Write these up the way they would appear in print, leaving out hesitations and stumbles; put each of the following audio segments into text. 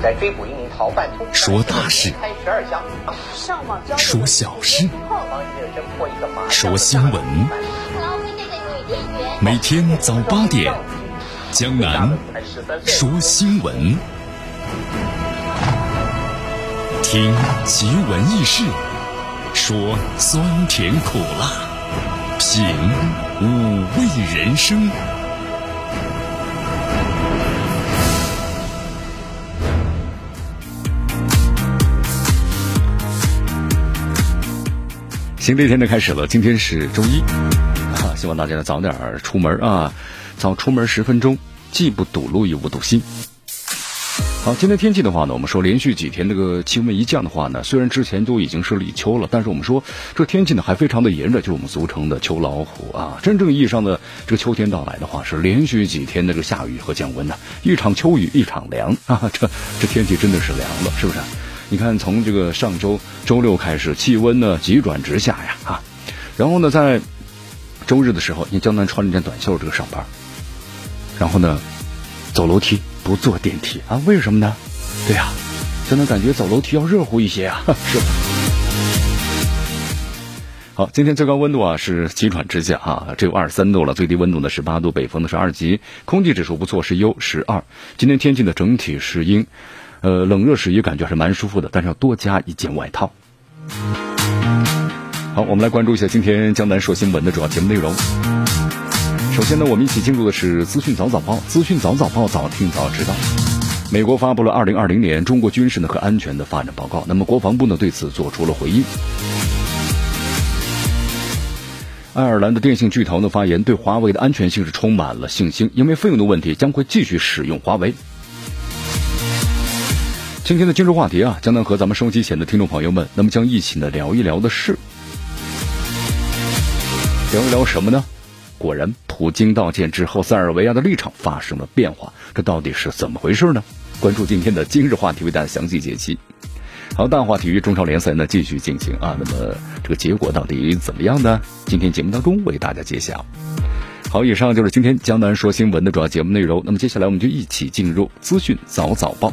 在追捕一名逃犯， 说大事，说小事，说新闻。每天早8点，江南说新闻，听奇闻异事，说酸甜苦辣，品五味人生。新的一天就开始了，今天是周一希望大家早点出门啊，早出门10分钟，既不堵路又不堵心。好，今天天气的话呢，我们说连续几天这个气温一降的话呢，虽然之前都已经是立秋了，但是我们说这个天气呢还非常的炎热，就是我们俗称的秋老虎啊。真正意义上的这个秋天到来的话，是连续几天的这个下雨和降温呢，一场秋雨一场凉啊，这天气真的是凉了，是不是？你看从这个上周周六开始，气温呢急转直下呀啊，然后呢在周日的时候，你江南穿了一件短袖这个上班，然后呢走楼梯不坐电梯啊，为什么呢？对呀，江南感觉走楼梯要热乎一些啊，是吧？好，今天最高温度啊是急转直下啊，只有23度了，最低温度呢18度，北风呢是2级，空气指数不错，是优12。今天天气呢整体是阴，冷热适宜，感觉还是蛮舒服的，但是要多加一件外套。好，我们来关注一下今天江南说新闻的主要节目内容。首先呢，我们一起进入的是资讯早早报，资讯早早报，早听早知道。美国发布了2020年中国军事呢和安全的发展报告，那么国防部呢对此做出了回应。爱尔兰的电信巨头呢发言，对华为的安全性是充满了信心，因为费用的问题将会继续使用华为。今天的今日话题啊，江南和咱们收机前的听众朋友们，那么将一起呢聊一聊的是，聊一聊什么呢？果然普京道歉之后，塞尔维亚的立场发生了变化，这到底是怎么回事呢？关注今天的今日话题，为大家详细解析。好，大话体育中超联赛呢继续进行啊，那么这个结果到底怎么样呢？今天节目当中为大家揭晓。好，以上就是今天江南说新闻的主要节目内容，那么接下来我们就一起进入资讯早早报。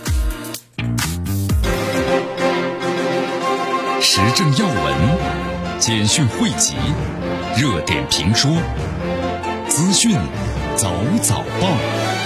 时政要闻、简讯汇集、热点评说，资讯早早报。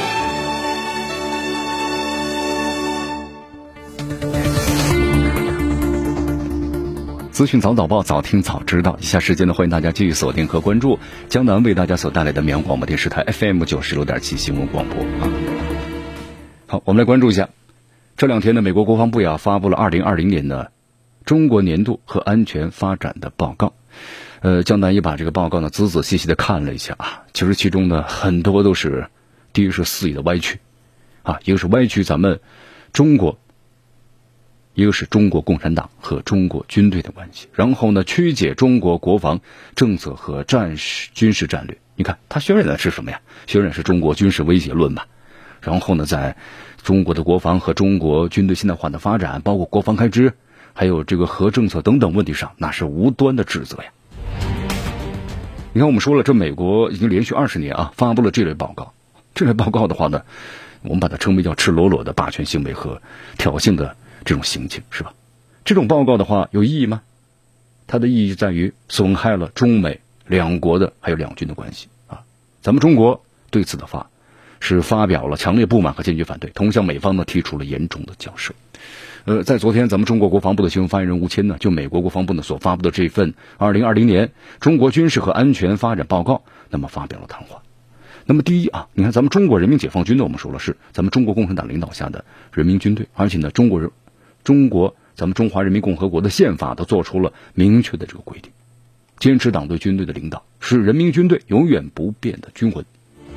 资讯早早报，早听早知道。以下时间呢，欢迎大家继续锁定和关注江南为大家所带来的绵阳广播电视台 FM 96.7新闻广播啊。好，我们来关注一下，这两天呢，美国国防部呀发布了2020年的中国年度和安全发展的报告。江南也把这个报告呢仔仔细细的看了一下啊，其实其中呢很多都是，第一是肆意的歪曲啊，一个是歪曲咱们中国，一个是中国共产党和中国军队的关系，然后呢曲解中国国防政策和军事战略。你看他渲染的是什么呀？渲染是中国军事威胁论吧。然后呢在中国的国防和中国军队现代化的发展，包括国防开支，还有这个核政策等等问题上，那是无端的指责呀。你看我们说了，这美国已经连续20年啊发布了这类报告，这类报告的话呢，我们把它称为叫赤裸裸的霸权行为和挑衅的这种行径，是吧？这种报告的话有意义吗？它的意义在于损害了中美两国的还有两军的关系啊。咱们中国对此的话是发表了强烈不满和坚决反对，同向美方呢提出了严重的交涉。在昨天咱们中国国防部的新闻发言人吴谦呢，就美国国防部呢所发布的这份2020年中国军事和安全发展报告，那么发表了谈话。那么第一啊，你看咱们中国人民解放军呢，我们说了是咱们中国共产党领导下的人民军队，而且呢中国咱们中华人民共和国的宪法都做出了明确的这个规定，坚持党对军队的领导，是人民军队永远不变的军魂。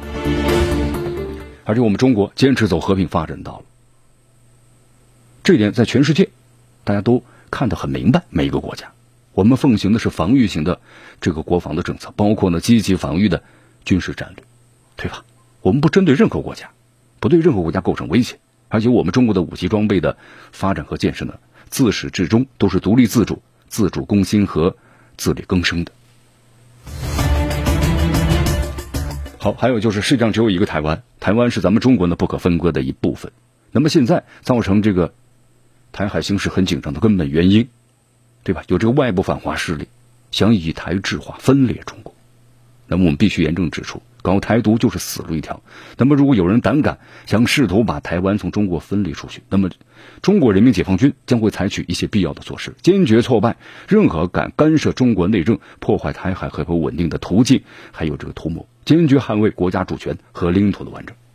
而且我们中国坚持走和平发展道路，这一点在全世界大家都看得很明白。每一个国家我们奉行的是防御型的这个国防的政策，包括呢积极防御的军事战略，对吧？我们不针对任何国家，不对任何国家构成威胁，而且我们中国的武器装备的发展和建设呢，自始至终都是独立自主、自主攻心和自力更生的。好，还有就是世界上只有一个台湾，台湾是咱们中国的不可分割的一部分。 那么现在造成这个台海形势很紧张的根本原因，对吧？有这个外部反华势力想以台制华，分裂中国。那么我们必须严正指出，搞台独就是死路一条。那么如果有人胆敢想试图把台湾从中国分离出去，那么中国人民解放军将会采取一些必要的措施，坚决挫败任何敢干涉中国内政、破坏台海和平稳定的途径还有这个图谋，坚决捍卫国家主权和领土的完整。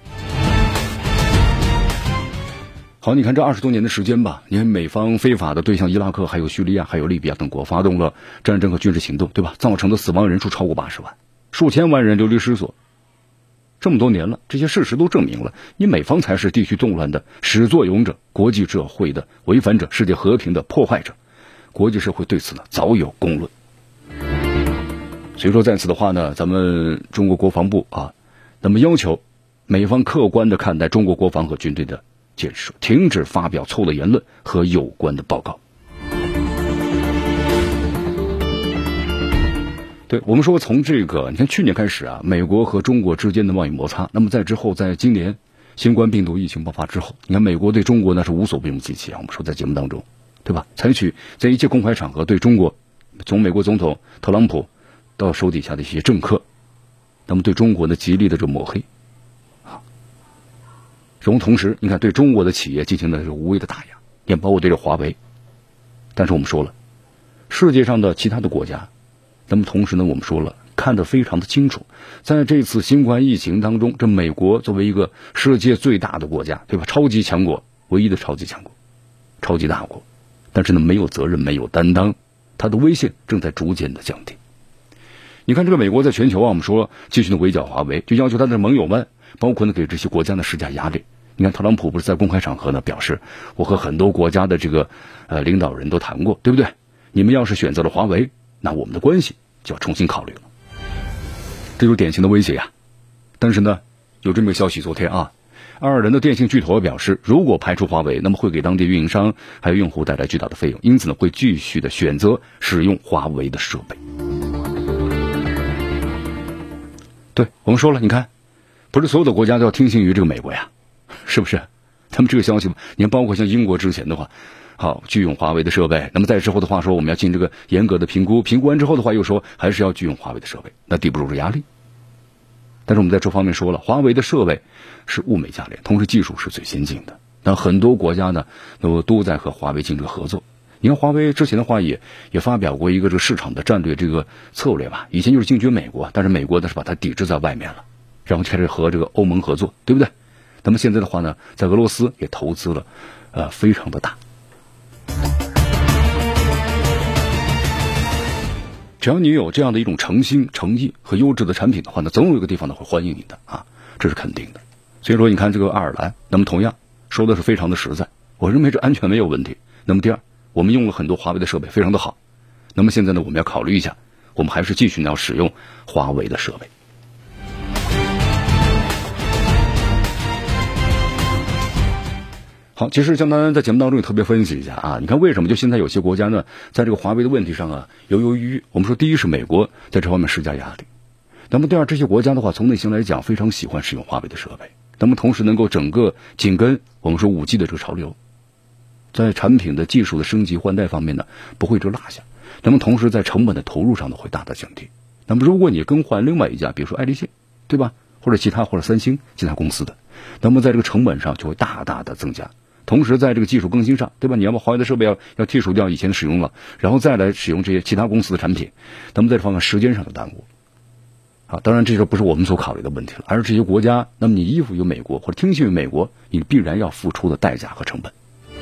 好，你看这20多年的时间吧，你看美方非法的对向伊拉克、还有叙利亚、还有利比亚等国发动了战争和军事行动，对吧？造成的死亡人数超过80万，数千万人流离失所。这么多年了，这些事实都证明了，你美方才是地区动乱的始作俑者，国际社会的违反者，世界和平的破坏者。国际社会对此呢早有公论。所以说在此的话呢，咱们中国国防部那么要求美方客观的看待中国国防和军队的建设，停止发表错误的言论和有关的报告。对，我们说从这个你看去年开始美国和中国之间的贸易摩擦，那么在之后在今年新冠病毒疫情爆发之后，你看美国对中国那是无所不用其极我们说在节目当中，对吧？采取在一切公开场合对中国，从美国总统特朗普到手底下的一些政客，那么对中国的极力的这抹黑然后同时你看对中国的企业进行的是无谓的打压，也包括对着华为。但是我们说了，世界上的其他的国家，那么同时呢我们说了看得非常的清楚，在这次新冠疫情当中，这美国作为一个世界最大的国家，对吧？超级强国，唯一的超级强国，超级大国，但是呢没有责任，没有担当，它的威信正在逐渐的降低。你看这个美国在全球我们说继续的围剿华为，就要求他的盟友们包括呢给这些国家呢施加压力。你看特朗普不是在公开场合呢表示，我和很多国家的这个领导人都谈过，对不对？你们要是选择了华为，那我们的关系就要重新考虑了。这就是典型的威胁但是呢有这么个消息，昨天爱尔兰的电信巨头表示，如果排除华为，那么会给当地运营商还有用户带来巨大的费用，因此呢会继续的选择使用华为的设备。对，我们说了，你看不是所有的国家都要听信于这个美国是不是？他们这个消息你看包括像英国之前的话好拒用华为的设备，那么在之后的话说我们要进这个严格的评估，评估完之后的话又说还是要拒用华为的设备，那抵不住这压力。但是我们在这方面说了，华为的设备是物美价廉，同时技术是最先进的，那很多国家呢都在和华为进行合作。你看华为之前的话也发表过一个这个市场的战略这个策略以前就是进军美国，但是美国呢是把它抵制在外面了，然后开始和这个欧盟合作，对不对？那么现在的话呢，在俄罗斯也投资了非常的大。只要你有这样的一种诚心诚意和优质的产品的话呢，总有一个地方呢会欢迎你的这是肯定的。所以说你看这个爱尔兰，那么同样说的是非常的实在，我认为这安全没有问题。那么第二，我们用了很多华为的设备，非常的好。那么现在呢我们要考虑一下，我们还是继续要使用华为的设备。好，其实江南在节目当中也特别分析一下你看为什么就现在有些国家呢在这个华为的问题上犹犹豫豫。我们说第一是美国在这方面施加压力，那么第二这些国家的话从内心来讲非常喜欢使用华为的设备，那么同时能够整个紧跟我们说 5G 的这个潮流，在产品的技术的升级换代方面呢不会落下，那么同时在成本的投入上呢会大大降低。那么如果你更换另外一家比如说爱立信，对吧？或者其他或者三星其他公司的，那么在这个成本上就会大大的增加。同时在这个技术更新上，对吧？你要把华为的设备要剔除掉以前的使用了，然后再来使用这些其他公司的产品，那么在这方面时间上的耽误。当然这就不是我们所考虑的问题了，而是这些国家，那么你依附于美国或者听信于美国，你必然要付出的代价和成本。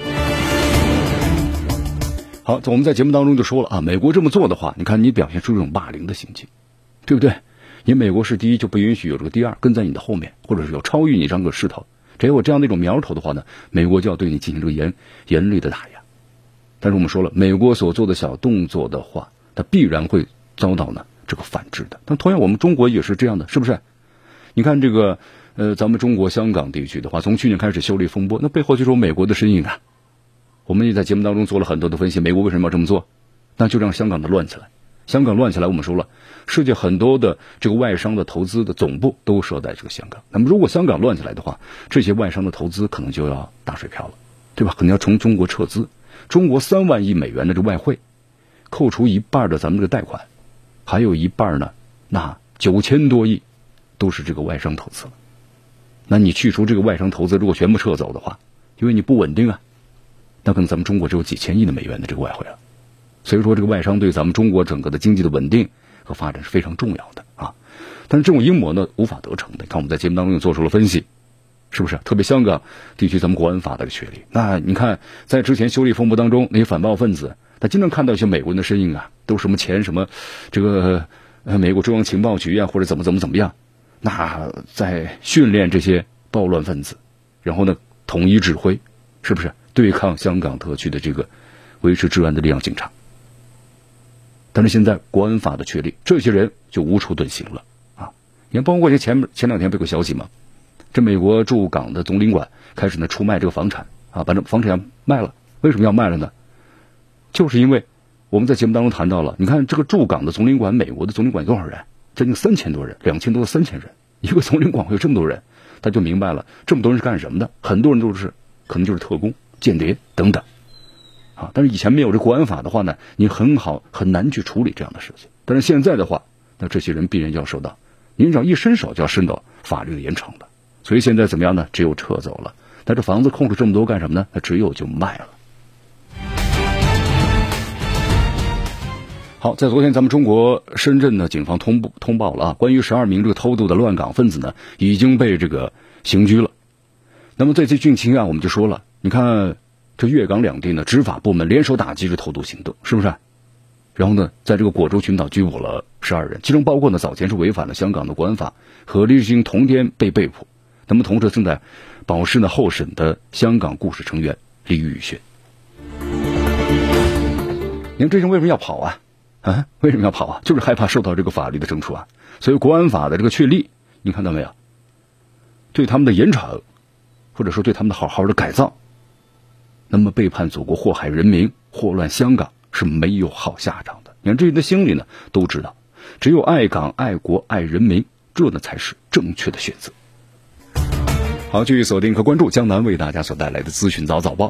好，我们在节目当中就说了美国这么做的话，你看你表现出这种霸凌的行径，对不对？你美国是第一，就不允许有这个第二跟在你的后面，或者是有超越你这样的势头。只要有这样的一种苗头的话呢，美国就要对你进行这个严厉的打压。但是我们说了，美国所做的小动作的话，它必然会遭到呢这个反制的。但同样我们中国也是这样的，是不是？你看这个咱们中国香港地区的话，从去年开始修例风波，那背后就是有美国的身影我们也在节目当中做了很多的分析，美国为什么要这么做？那就让香港的乱起来。 香港乱起来，我们说了，世界很多的这个外商的投资的总部都设在这个香港。那么如果香港乱起来的话，这些外商的投资可能就要打水漂了，对吧？可能要从中国撤资。中国3万亿美元的这外汇，扣除一半的咱们这个贷款，还有一半呢，那9000多亿都是这个外商投资了。那你去除这个外商投资，如果全部撤走的话，因为你不稳定啊，那可能咱们中国只有几千亿的美元的这个外汇了。所以说这个外商对咱们中国整个的经济的稳定和发展是非常重要的啊。但是这种阴谋呢无法得逞的，你看我们在节目当中也做出了分析，是不是？特别香港地区咱们国安法的确立，那你看在之前修例风波当中，那些反暴分子他经常看到一些美国人的身影啊，都什么前什么这个美国中央情报局啊，或者怎么样，那在训练这些暴乱分子，然后呢统一指挥，是不是对抗香港特区的这个维持治安的力量警察？但是现在国安法的确立，这些人就无处遁形了啊！你看，包括前2天不有个消息吗？这美国驻港的总领馆开始呢出卖这个房产啊，把这房产卖了。为什么要卖了呢？就是因为我们在节目当中谈到了，你看这个驻港的总领馆，美国的总领馆有多少人？将近3000多人，2000多3000人，一个总领馆会有这么多人，他就明白了这么多人是干什么的，很多人都是可能就是特工、间谍等等。啊，但是以前没有这国安法的话呢，你很难去处理这样的事情。但是现在的话，那这些人必然要受到，你只要一伸手就要伸到法律的严惩的。所以现在怎么样呢？只有撤走了。但这房子空出这么多干什么呢？那只有就卖了。好，在昨天咱们中国深圳的警方通报了啊，关于12名这个偷渡的乱港分子呢，已经被这个刑拘了。那么这次军情啊，我们就说了，你看。这粤港两地呢，执法部门联手打击这偷渡行动，是不是？然后呢，在这个果洲群岛拘捕了12人，其中包括呢早前是违反了香港的国安法和李志英同天被逮捕。那么同时正在保释呢候审的香港故事成员李宇轩。你看这人为什么要跑啊？为什么要跑啊？就是害怕受到这个法律的惩处啊。所以国安法的这个确立，你看到没有？对他们的严惩，或者说对他们的好好的改造。那么背叛祖国、祸害人民、祸乱香港是没有好下场的。你看这人的心里呢，都知道，只有爱港、爱国、爱人民，这呢才是正确的选择。好，继续锁定和关注江南为大家所带来的资讯早早报。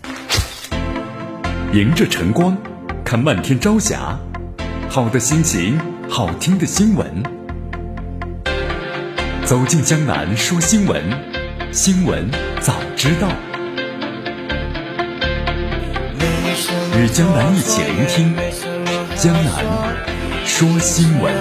迎着晨光，看漫天朝霞，好的心情，好听的新闻。走进江南说新闻，新闻早知道。与江南一起聆听江南说新闻。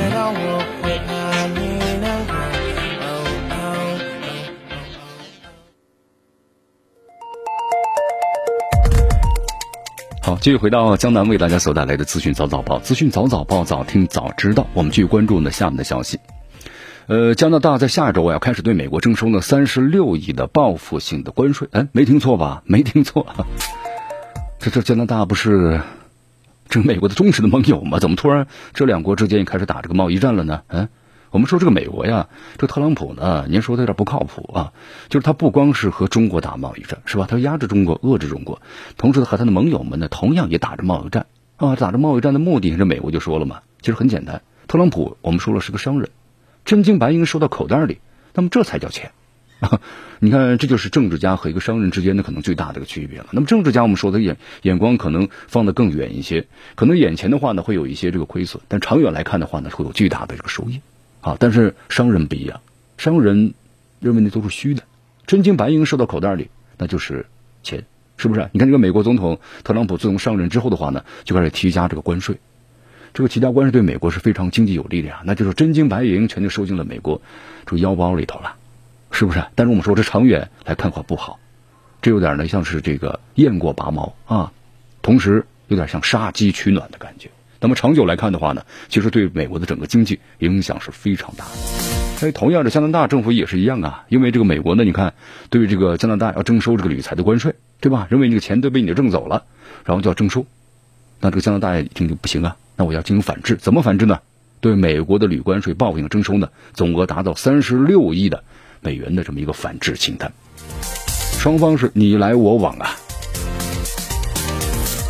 好，继续回到江南为大家所带来的资讯早早报，资讯早早报，早听早知道。我们继续关注呢下面的消息。加拿大在下周要开始对美国征收呢36亿的报复性的关税。没听错吧？没听错。这加拿大不是这美国的忠实的盟友吗？怎么突然这两国之间也开始打这个贸易战了呢？我们说这个美国呀，这特朗普呢，您说他有点不靠谱啊。就是他不光是和中国打贸易战，是吧？他压制中国、遏制中国，同时和他的盟友们呢，同样也打着贸易战啊。打着贸易战的目的，这美国就说了嘛，其实很简单，特朗普我们说了是个商人，真金白银收到口袋里，那么这才叫钱。你看，这就是政治家和一个商人之间的可能最大的一个区别了。那么政治家我们说的眼光可能放得更远一些，可能眼前的话呢会有一些这个亏损，但长远来看的话呢会有巨大的这个收益啊。但是商人不一样，商人认为那都是虚的，真金白银收到口袋里那就是钱，是不是？你看这个美国总统特朗普自从上任之后的话呢，就开始提加这个关税。这个提加关税对美国是非常经济有利的呀，那就是真金白银全就收进了美国这个腰包里头了。是不是？但是我们说这长远来看话不好，这有点呢像是这个雁过拔毛啊，同时有点像杀鸡取暖的感觉。那么长久来看的话呢，其实对美国的整个经济影响是非常大的。同样的，加拿大政府也是一样啊，因为这个美国呢，你看对于这个加拿大要征收这个铝材的关税，对吧？认为这个钱都被你挣走了，然后就要征收。那这个加拿大一听就不行啊，那我要进行反制，怎么反制呢？对美国的铝关税报复性征收呢，总额达到36亿的美元的这么一个反制清单，双方是你来我往啊。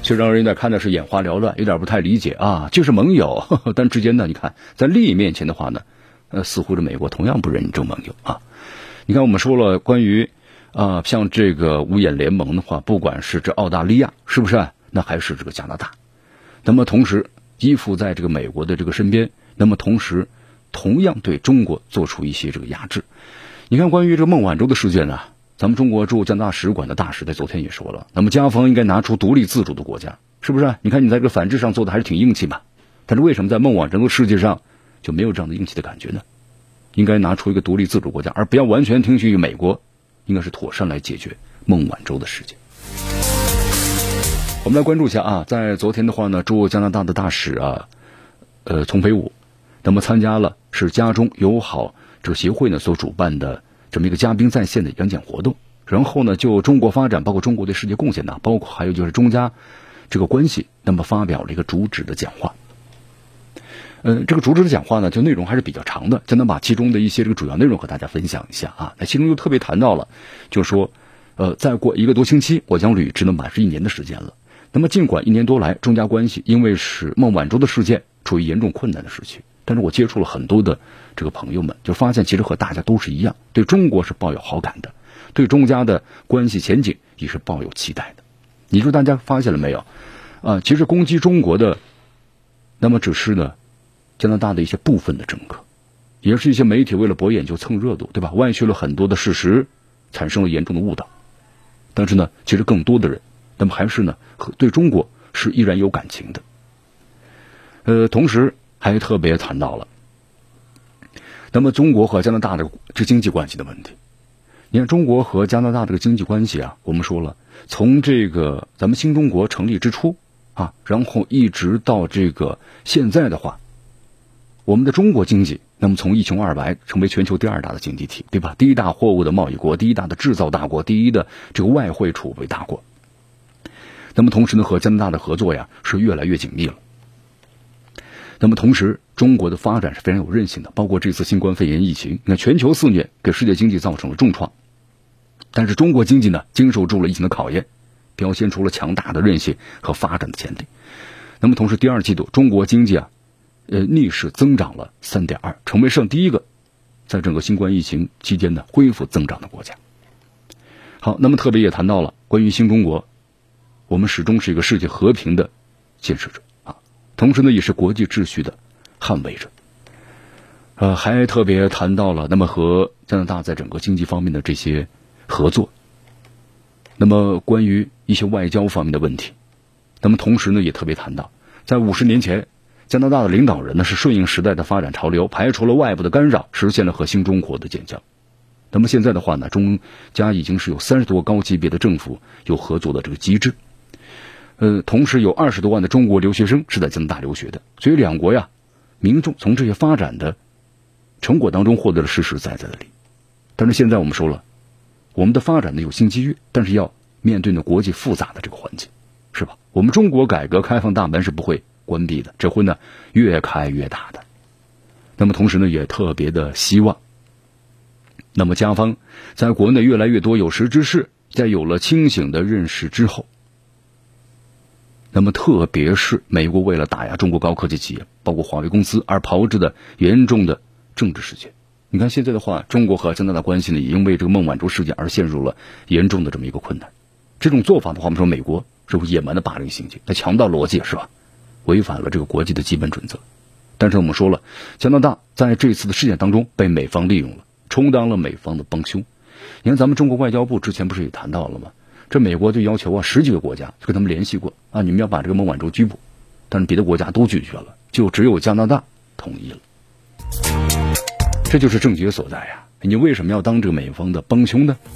就让人有点看的是眼花缭乱，有点不太理解啊，就是盟友，但之间呢，你看在利益面前的话呢，似乎这美国同样不认证盟友啊。你看我们说了关于像这个五眼联盟的话，不管是这澳大利亚是不是，那还是这个加拿大，那么同时依附在这个美国的这个身边，那么同时同样对中国做出一些这个压制。你看关于这个孟晚舟的事件呢，咱们中国驻加拿大使馆的大使在昨天也说了，那么加方应该拿出独立自主的国家，是不是？你看你在这个反制上做的还是挺硬气嘛，但是为什么在孟晚舟的世界上就没有这样的硬气的感觉呢？应该拿出一个独立自主国家，而不要完全听取于美国，应该是妥善来解决孟晚舟的事件。我们来关注一下啊，在昨天的话呢，驻加拿大的大使丛培武，那么参加了是加中友好这个协会呢所主办的这么一个嘉宾在线的演讲活动，然后呢就中国发展，包括中国对世界贡献呢，包括还有就是中加这个关系，那么发表了一个主旨的讲话。这个主旨的讲话呢，就内容还是比较长的，就能把其中的一些这个主要内容和大家分享一下啊。那其中就特别谈到了，就是说，再过1个多星期，我将履职呢满是1年的时间了。那么尽管1年多来，中加关系因为是孟晚舟的事件处于严重困难的时期，但是我接触了很多的这个朋友们，就发现其实和大家都是一样，对中国是抱有好感的，对中加的关系前景也是抱有期待的。你说大家发现了没有？其实攻击中国的，那么只是呢加拿大的一些部分的政客，也是一些媒体为了博眼球蹭热度，对吧？歪曲了很多的事实，产生了严重的误导。但是呢，其实更多的人，那么还是呢对中国是依然有感情的。同时还特别谈到了，那么中国和加拿大的这经济关系的问题。你看中国和加拿大这个经济关系啊，我们说了，从这个咱们新中国成立之初啊，然后一直到这个现在的话，我们的中国经济，那么从一穷二白成为全球第2大的经济体，对吧？第1大货物的贸易国，第1大的制造大国，第1的这个外汇储备大国。那么同时呢，和加拿大的合作呀是越来越紧密了。那么同时，中国的发展是非常有韧性的，包括这次新冠肺炎疫情，那全球肆虐给世界经济造成了重创，但是中国经济呢经受住了疫情的考验，表现出了强大的韧性和发展的潜力。那么同时，第2季度中国经济逆势增长了 3.2%， 成为第1个在整个新冠疫情期间呢恢复增长的国家。好，那么特别也谈到了关于新中国，我们始终是一个世界和平的建设者啊，同时呢也是国际秩序的捍卫者。还特别谈到了那么和加拿大在整个经济方面的这些合作，那么关于一些外交方面的问题。那么同时呢也特别谈到，在50年前，加拿大的领导人呢是顺应时代的发展潮流，排除了外部的干扰，实现了和新中国的建交。那么现在的话呢，中加已经是有30多高级别的政府有合作的这个机制。同时有20多万的中国留学生是在加拿大留学的，所以两国呀，民众从这些发展的成果当中获得了实实在在的利益。但是现在我们说了，我们的发展呢有新机遇，但是要面对呢国际复杂的这个环境，是吧？我们中国改革开放大门是不会关闭的，只会呢越开越大的。那么同时呢也特别的希望，那么加方在国内越来越多有识之士，在有了清醒的认识之后，那么特别是美国为了打压中国高科技企业，包括华为公司而炮制的严重的政治事件。你看现在的话，中国和加拿大关系呢，也因为这个孟晚舟事件而陷入了严重的这么一个困难。这种做法的话，我们说美国是野蛮的霸凌行径，它强盗逻辑是吧？违反了这个国际的基本准则。但是我们说了，加拿大在这次的事件当中被美方利用了，充当了美方的帮凶。你看咱们中国外交部之前不是也谈到了吗？这美国就要求10几个国家跟他们联系过啊，你们要把这个孟晚舟拘捕，但是别的国家都拒绝了，就只有加拿大同意了。这就是症结所在呀！你为什么要当这个美方的帮凶呢？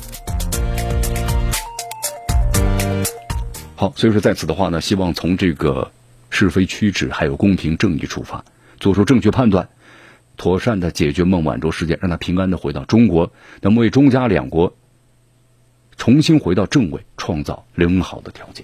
好，所以说在此的话呢，希望从这个是非曲直还有公平正义出发，做出正确判断，妥善的解决孟晚舟事件，让他平安的回到中国，那么为中加两国重新回到正轨创造良好的条件。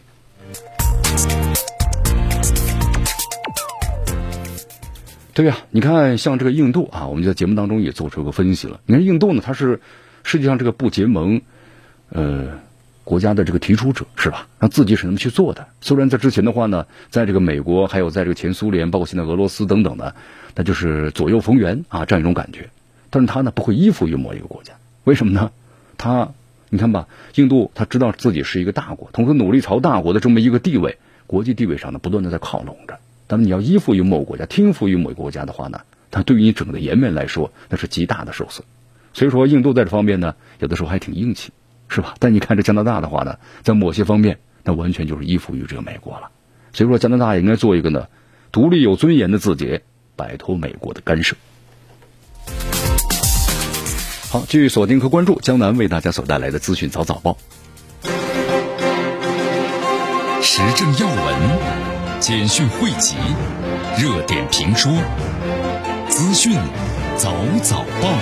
对呀，你看像这个印度啊，我们在节目当中也做出一个分析了。你看印度呢，它是世界上这个不结盟国家的这个提出者，是吧？让自己是那么去做的。虽然在之前的话呢，在这个美国，还有在这个前苏联，包括现在俄罗斯等等的，那就是左右逢源啊，这样一种感觉。但是他呢，不会依附于某一个国家，为什么呢？你看吧，印度他知道自己是一个大国，同时努力朝大国的这么一个地位，国际地位上呢，不断的在靠拢着。那么你要依附于某个国家，听服于某个国家的话呢，它对于你整个的颜面来说，那是极大的受损。所以说，印度在这方面呢，有的时候还挺硬气，是吧？但你看这加拿大的话呢，在某些方面，那完全就是依附于这个美国了。所以说，加拿大也应该做一个呢，独立有尊严的自己，摆脱美国的干涉。好，继续锁定和关注江南为大家所带来的资讯早报， 时政要闻、简讯汇集、热点评说、资讯早报。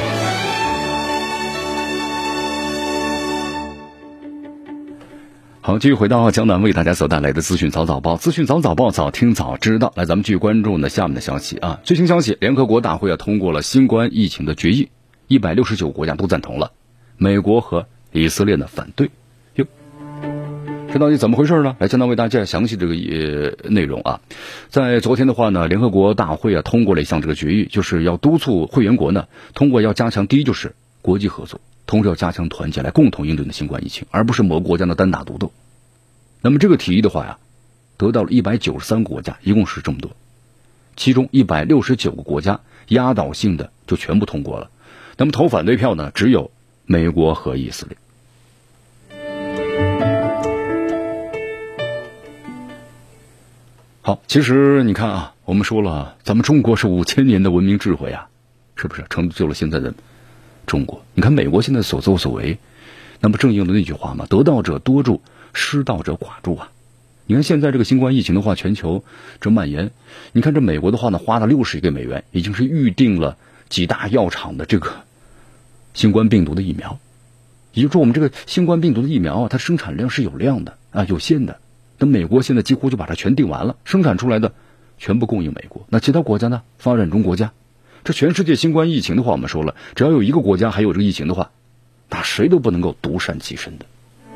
好，继续回到江南为大家所带来的资讯早报，资讯早报，早听早知道。来，咱们继续关注呢下面的消息啊。最新消息，联合国大会通过了新冠疫情的决议，169国家都赞同了，美国和以色列呢反对。这到底怎么回事呢？来，江南为大家详细这个内容啊。在昨天的话呢，联合国大会通过了一项这个决议，就是要督促会员国呢，通过要加强第一就是国际合作，同时要加强团结来共同应对的新冠疫情，而不是某个国家的单打独斗。那么这个提议的话呀，得到了193个国家，一共是这么多，其中169个国家压倒性的就全部通过了。那么投反对票呢，只有美国和以色列。好，其实你看啊，我们说了，咱们中国是5000年的文明智慧啊，是不是成就了现在的中国？你看美国现在所作所为，那么正应了那句话嘛，得道者多助，失道者寡助啊。你看现在这个新冠疫情的话，全球这蔓延，你看这美国的话呢，花了60亿个美元，已经是预定了几大药厂的这个新冠病毒的疫苗。也就是说，我们这个新冠病毒的疫苗啊，它生产量是有量的啊，有限的。那美国现在几乎就把它全订完了，生产出来的全部供应美国。那其他国家呢？发展中国家，这全世界新冠疫情的话，我们说了，只要有一个国家还有这个疫情的话，那谁都不能够独善其身的。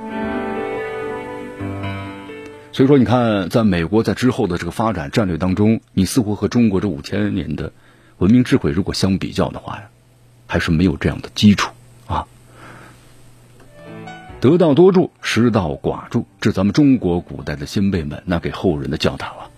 所以说，你看，在美国在之后的这个发展战略当中，你似乎和中国这5000年的文明智慧如果相比较的话呀，还是没有这样的基础啊。得道多助，失道寡助，这咱们中国古代的先辈们那给后人的教导啊。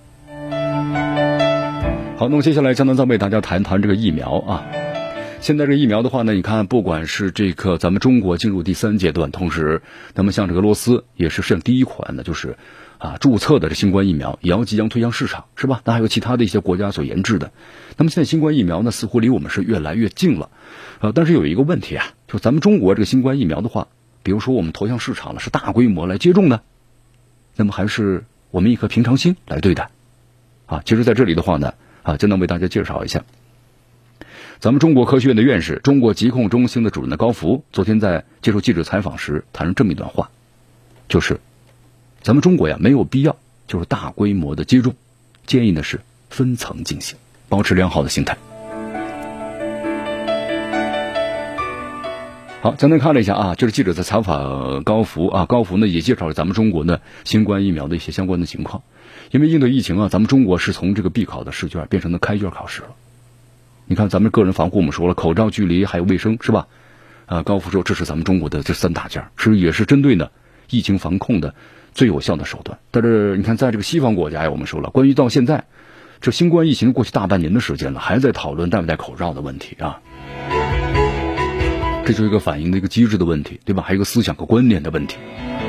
好，那么接下来江南再为大家谈谈这个疫苗啊。现在这个疫苗的话呢，你看不管是这个咱们中国进入第3阶段，同时那么像这个俄罗斯也是剩第一款呢，就是注册的这新冠疫苗也要即将推向市场，是吧？那还有其他的一些国家所研制的。那么现在新冠疫苗呢，似乎离我们是越来越近了，但是有一个问题啊，就咱们中国这个新冠疫苗的话，比如说我们投向市场了，是大规模来接种呢，那么还是我们以平常心来对待啊？其实在这里的话呢，就能为大家介绍一下，咱们中国科学院的院士、中国疾控中心的主任的高福，昨天在接受记者采访时谈了这么一段话，就是咱们中国呀，没有必要就是大规模的接种，建议呢是分层进行，保持良好的心态。好，咱们看了一下啊，就是记者在采访高福啊，高福呢也介绍了咱们中国的新冠疫苗的一些相关的情况。因为应对疫情啊，咱们中国是从这个必考的试卷变成了开卷考试了。你看咱们个人防护我们说了，口罩、距离还有卫生，是吧？高福说这是咱们中国的这3大件，也是针对呢疫情防控的最有效的手段。但是你看在这个西方国家呀，我们说了，关于到现在这新冠疫情过去大半年的时间了，还在讨论戴不戴口罩的问题啊。这就是一个反映的一个机制的问题，对吧？还有一个思想和观念的问题。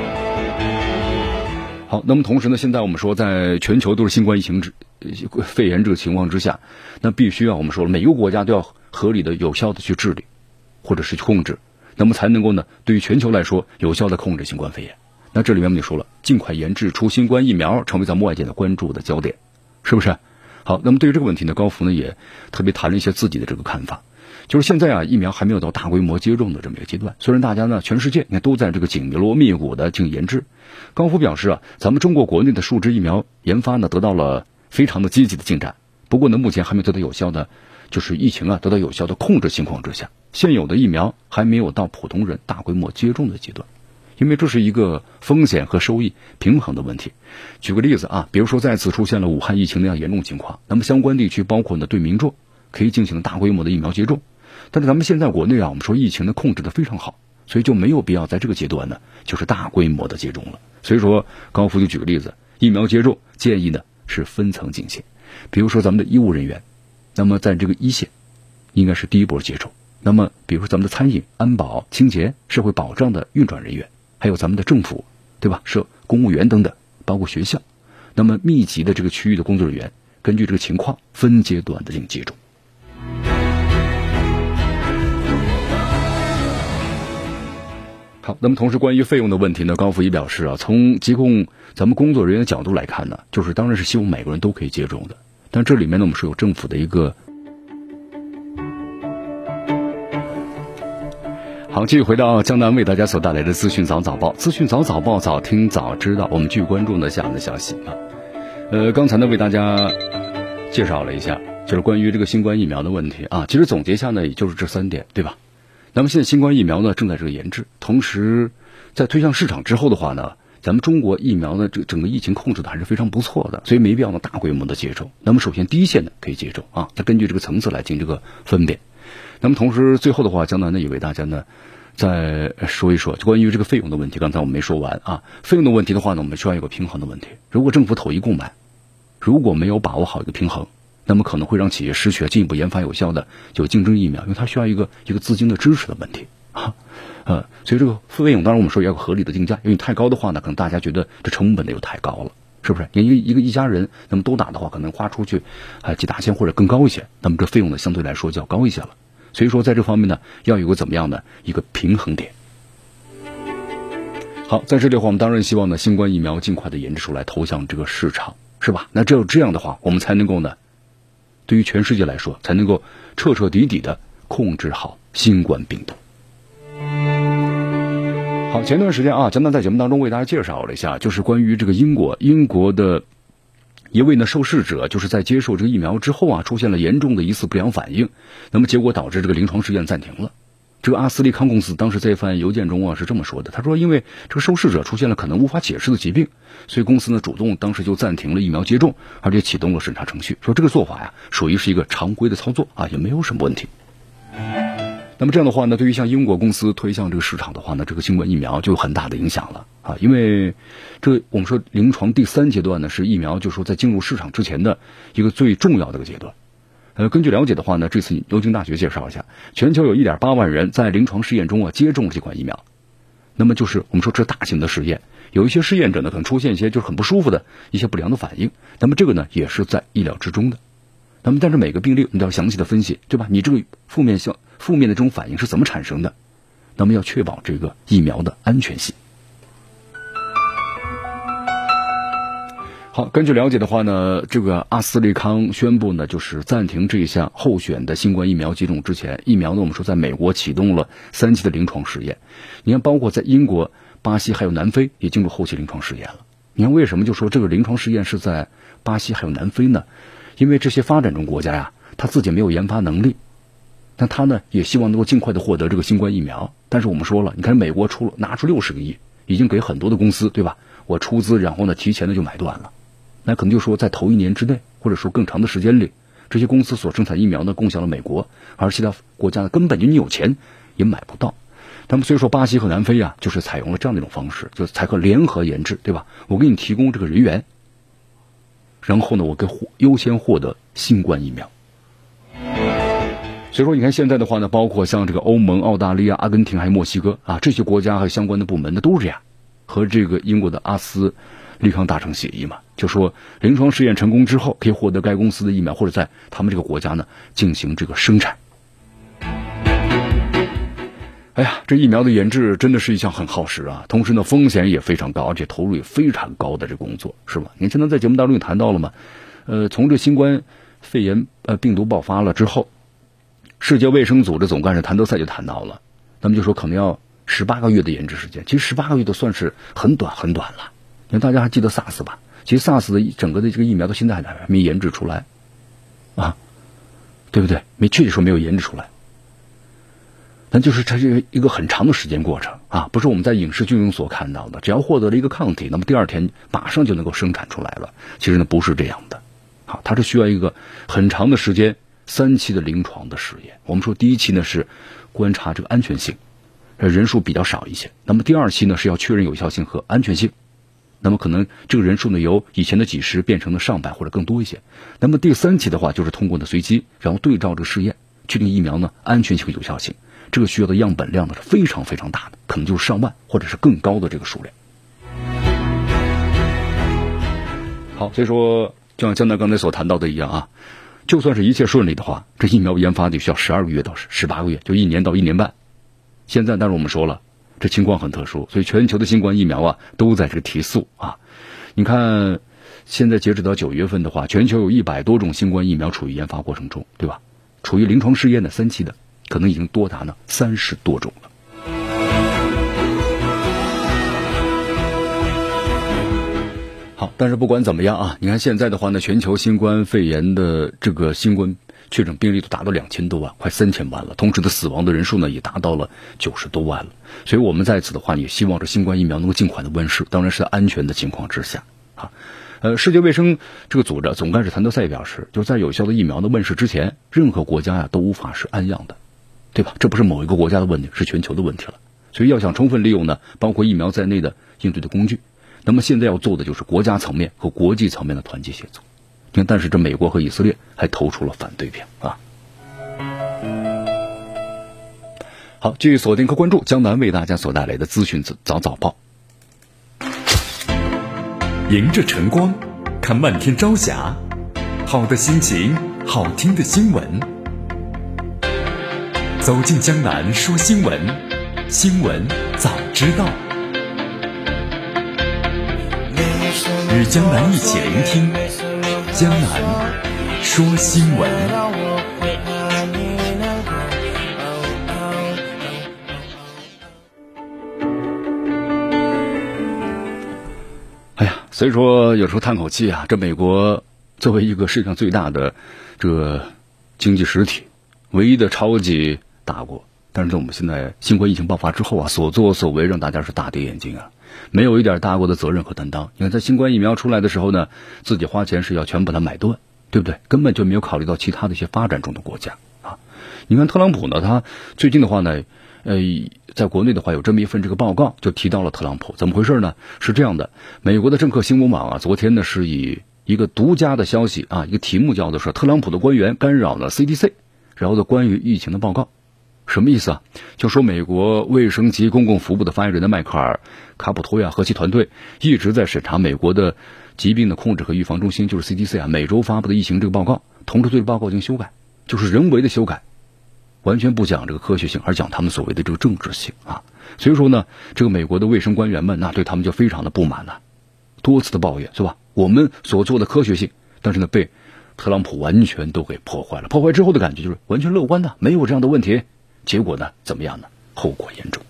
好，那么同时呢，现在我们说在全球都是新冠疫情肺炎这个情况之下，那必须我们说了，每个国家都要合理的有效的去治理或者是去控制，那么才能够呢对于全球来说有效的控制新冠肺炎。那这里面我们就说了，尽快研制出新冠疫苗，成为咱们外界的关注的焦点，是不是？好，那么对于这个问题呢，高福呢也特别谈了一些自己的这个看法，就是现在疫苗还没有到大规模接种的这么一个阶段，虽然大家呢全世界你看都在这个紧锣密鼓的进行研制。高福表示咱们中国国内的数支疫苗研发呢得到了非常的积极的进展，不过呢目前还没得到有效的就是疫情得到有效的控制情况之下，现有的疫苗还没有到普通人大规模接种的阶段。 因为这是一个风险和收益平衡的问题。举个例子啊，比如说再次出现了武汉疫情那样严重情况，那么相关地区包括呢对民众可以进行大规模的疫苗接种，但是咱们现在国内啊，我们说疫情呢控制的非常好，所以就没有必要在这个阶段呢就是大规模的接种了。所以说高福就举个例子，疫苗接种建议呢是分层进行，比如说咱们的医务人员，那么在这个一线应该是第一波接种，那么比如说咱们的餐饮、安保、清洁、社会保障的运转人员，还有咱们的政府，对吧？公务员等等，包括学校，那么密集的这个区域的工作人员，根据这个情况分阶段的进行接种。好，那么同时关于费用的问题呢，高福也表示啊，从疾控咱们工作人员的角度来看呢，就是当然是希望每个人都可以接种的，但这里面呢我们是有政府的一个。好，继续回到江南为大家所带来的资讯早报，资讯早报，早听早知道。我们继续关注呢下面的消息啊。刚才呢为大家介绍了一下，就是关于这个新冠疫苗的问题啊。其实总结下呢，也就是这3点，对吧？那么现在新冠疫苗呢正在这个研制，同时在推向市场之后的话呢，咱们中国疫苗呢这整个疫情控制的还是非常不错的，所以没必要呢大规模的接种。那么首先第一线呢可以接种啊，再根据这个层次来进行这个分辨。那么同时最后的话，江南呢也为大家呢再说一说就关于这个费用的问题。刚才我们没说完啊，费用的问题的话呢，我们需要有个平衡的问题。如果政府统一购买，如果没有把握好一个平衡，那么可能会让企业失去进一步研发有效的就竞争疫苗，因为它需要一个资金的支持的问题啊。所以这个费用当然我们说也要有合理的定价，因为太高的话呢，可能大家觉得这成本呢又太高了，是不是？一家人那么都打的话，可能花出去几大千或者更高一些，那么这费用呢相对来说就要高一些了。所以说在这方面呢，要有个怎么样的一个平衡点。好，在这里的话，我们当然希望呢，新冠疫苗尽快的研制出来，投向这个市场，是吧？那只有这样的话，我们才能够呢，对于全世界来说，才能够彻彻底底的控制好新冠病毒。好，前段时间啊，江南在节目当中为大家介绍了一下，就是关于这个英国的一位呢受试者，就是在接受这个疫苗之后啊，出现了严重的疑似不良反应，那么结果导致这个临床试验暂停了。这个阿斯利康公司当时在一份邮件中啊是这么说的，他说因为这个受试者出现了可能无法解释的疾病，所以公司呢主动当时就暂停了疫苗接种，而且启动了审查程序，说这个做法呀属于是一个常规的操作啊，也没有什么问题。那么这样的话呢，对于像英国公司推向这个市场的话呢，这个新冠疫苗就有很大的影响了啊，因为这我们说临床第3阶段呢是疫苗就是说在进入市场之前的一个最重要的一个阶段。根据了解的话呢，这次牛津大学介绍一下，全球有 1.8 万人在临床试验中啊接种这款疫苗。那么就是我们说这大型的实验，有一些试验者呢可能出现一些就是很不舒服的一些不良的反应，那么这个呢也是在意料之中的。那么但是每个病例我们都要详细的分析，对吧？你这个负面的这种反应是怎么产生的？那么要确保这个疫苗的安全性。好，根据了解的话呢，这个阿斯利康宣布呢，就是暂停这一项候选的新冠疫苗接种之前，疫苗呢我们说在美国启动了3期的临床试验。你看，包括在英国、巴西还有南非也进入后期临床试验了。你看为什么就说这个临床试验是在巴西还有南非呢？因为这些发展中国家呀，他自己没有研发能力，但他呢也希望能够尽快的获得这个新冠疫苗。但是我们说了，你看美国拿出60个亿，已经给很多的公司，对吧？我出资，然后呢提前的就买断了。那可能就说在头1年之内，或者说更长的时间里，这些公司所生产疫苗呢供向了美国，而其他国家呢根本就你有钱也买不到。那么所以说巴西和南非啊，就是采用了这样的一种方式，就采购联合研制，对吧？我给你提供这个人员，然后呢我优先获得新冠疫苗。所以说你看现在的话呢，包括像这个欧盟、澳大利亚、阿根廷还有墨西哥啊，这些国家还有相关的部门呢都是这样，和这个英国的阿斯利康达成协议嘛，就说临床试验成功之后，可以获得该公司的疫苗，或者在他们这个国家呢进行这个生产。哎呀，这疫苗的研制真的是一项很耗时啊，同时呢风险也非常高，而且投入也非常高的这工作，是吧？你现在在节目当中也谈到了嘛，从这新冠肺炎病毒爆发了之后，世界卫生组织总干事谭德赛就谈到了，那么就说可能要18个月的研制时间，其实18个月都算是很短很短了。因为大家还记得 SARS 吧？其实 SARS 的整个的这个疫苗到现在还没研制出来啊，对不对？确实说没有研制出来。 那就是它是一个很长的时间过程啊，不是我们在影视剧中所看到的，只要获得了一个抗体，那么第二天马上就能够生产出来了。其实呢不是这样的，啊，它是需要一个很长的时间，3期的临床的实验。我们说第1期呢是观察这个安全性，人数比较少一些，那么第2期呢是要确认有效性和安全性，那么可能这个人数呢由以前的几十变成了上百或者更多一些。那么第3期的话就是通过呢随机，然后对照这个试验，确定疫苗呢安全性和有效性。这个需要的样本量呢是非常非常大的，可能就是上万或者是更高的这个数量。好，所以说就像江南刚才所谈到的一样啊，就算是一切顺利的话，这疫苗研发得需要12个月到18个月，就1年到1年半。现在但是我们说了，这情况很特殊，所以全球的新冠疫苗啊都在这个提速啊。你看现在截止到9月份的话，全球有100多种新冠疫苗处于研发过程中，对吧？处于临床试验的3期的可能已经多达呢30多种了。好，但是不管怎么样啊，你看现在的话呢，全球新冠肺炎的这个新冠确诊病例都达到2000多万，快3000万了，同时的死亡的人数呢也达到了90多万了。所以我们在此的话也希望这新冠疫苗能够尽快的问世，当然是在安全的情况之下啊。世界卫生这个组织总干事谭德赛表示，就在有效的疫苗的问世之前，任何国家呀都无法是安样的，对吧？这不是某一个国家的问题，是全球的问题了。所以要想充分利用呢包括疫苗在内的应对的工具，那么现在要做的就是国家层面和国际层面的团结协作。你看，但是这美国和以色列还投出了反对票啊。好，继续锁定和关注江南为大家所带来的资讯早早报。 迎着晨光，看漫天朝霞，好的心情，好听的新闻。走进江南说新闻，新闻早知道。与江南一起聆听江南说新闻。 哎呀，所以说有时候叹口气啊，这美国作为一个世界上最大的这个经济实体，唯一的超级大国，但是在我们现在新冠疫情爆发之后啊，所作所为让大家是大跌眼镜啊，没有一点大国的责任和担当。你看在新冠疫苗出来的时候呢，自己花钱是要全把它买断，对不对？根本就没有考虑到其他的一些发展中的国家啊。你看特朗普呢，他最近的话呢在国内的话有这么一份这个报告，就提到了特朗普。怎么回事呢？是这样的，美国的政客新闻网啊，昨天呢是以一个独家的消息啊，一个题目叫做说特朗普的官员干扰了 CDC， 然后的关于疫情的报告。什么意思啊？就说美国卫生及公共服务的发言人的迈克尔卡普托亚和其团队一直在审查美国的疾病的控制和预防中心，就是 CDC 啊，每周发布的疫情这个报告，同时对报告进行修改，就是人为的修改，完全不讲这个科学性，而讲他们所谓的这个政治性啊。所以说呢，这个美国的卫生官员们那对他们就非常的不满了，多次的抱怨，是吧？我们所做的科学性，但是呢被特朗普完全都给破坏了。破坏之后的感觉就是完全乐观的，没有这样的问题。结果呢怎么样呢？后果严重。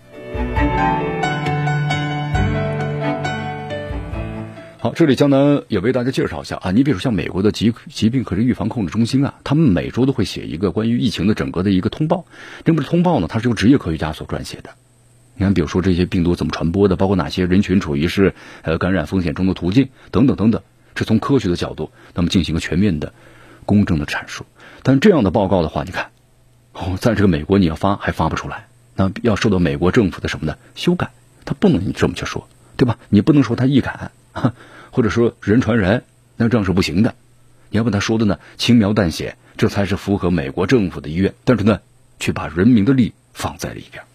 好，这里江南也为大家介绍一下啊，你比如像美国的疾病可是预防控制中心啊，他们每周都会写一个关于疫情的整个的一个通报。这部通报呢，它是由职业科学家所撰写的。你看，比如说这些病毒怎么传播的，包括哪些人群处于是感染风险中的途径等等等等，是从科学的角度，那么进行一个全面的、公正的阐述。但这样的报告的话，你看，在这个美国你要发还发不出来，那要受到美国政府的什么呢？修改，他不能你这么去说，对吧？你不能说他易感，或者说人传人，那这样是不行的。你要把他说的呢轻描淡写，这才是符合美国政府的意愿，但是呢却把人民的利益放在了一边。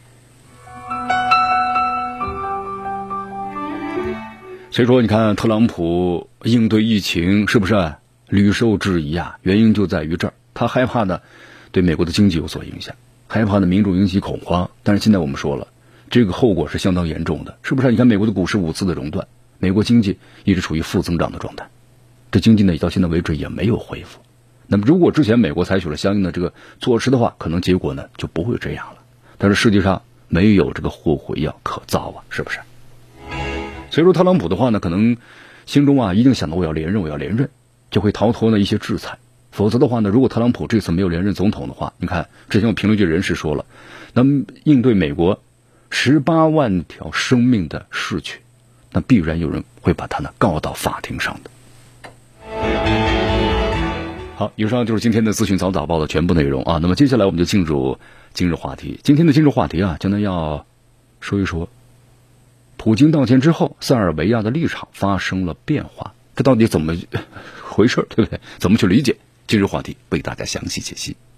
所以说你看特朗普应对疫情是不是屡受质疑啊？原因就在于这儿，他害怕呢对美国的经济有所影响，害怕呢民众引起恐慌。但是现在我们说了，这个后果是相当严重的，是不是？你看美国的股市5次的熔断，美国经济一直处于负增长的状态，这经济呢到现在为止也没有恢复。那么如果之前美国采取了相应的这个措施的话，可能结果呢就不会这样了。但是世界上没有这个后悔药可造啊，是不是？所以说特朗普的话呢，可能心中啊一定想到我要连任，就会逃脱呢一些制裁， 否则的话呢，如果特朗普这次没有连任总统的话，你看之前有评论区人士说了，那么应对美国18万条生命的逝去，那必然有人会把他呢告到法庭上的。好，以上就是今天的资讯早早报的全部内容啊。那么接下来我们就进入今日话题。今天的今日话题啊，将要说一说普京道歉之后，塞尔维亚的立场发生了变化，这到底怎么回事，对不对？怎么去理解？今日话题为大家详细解析。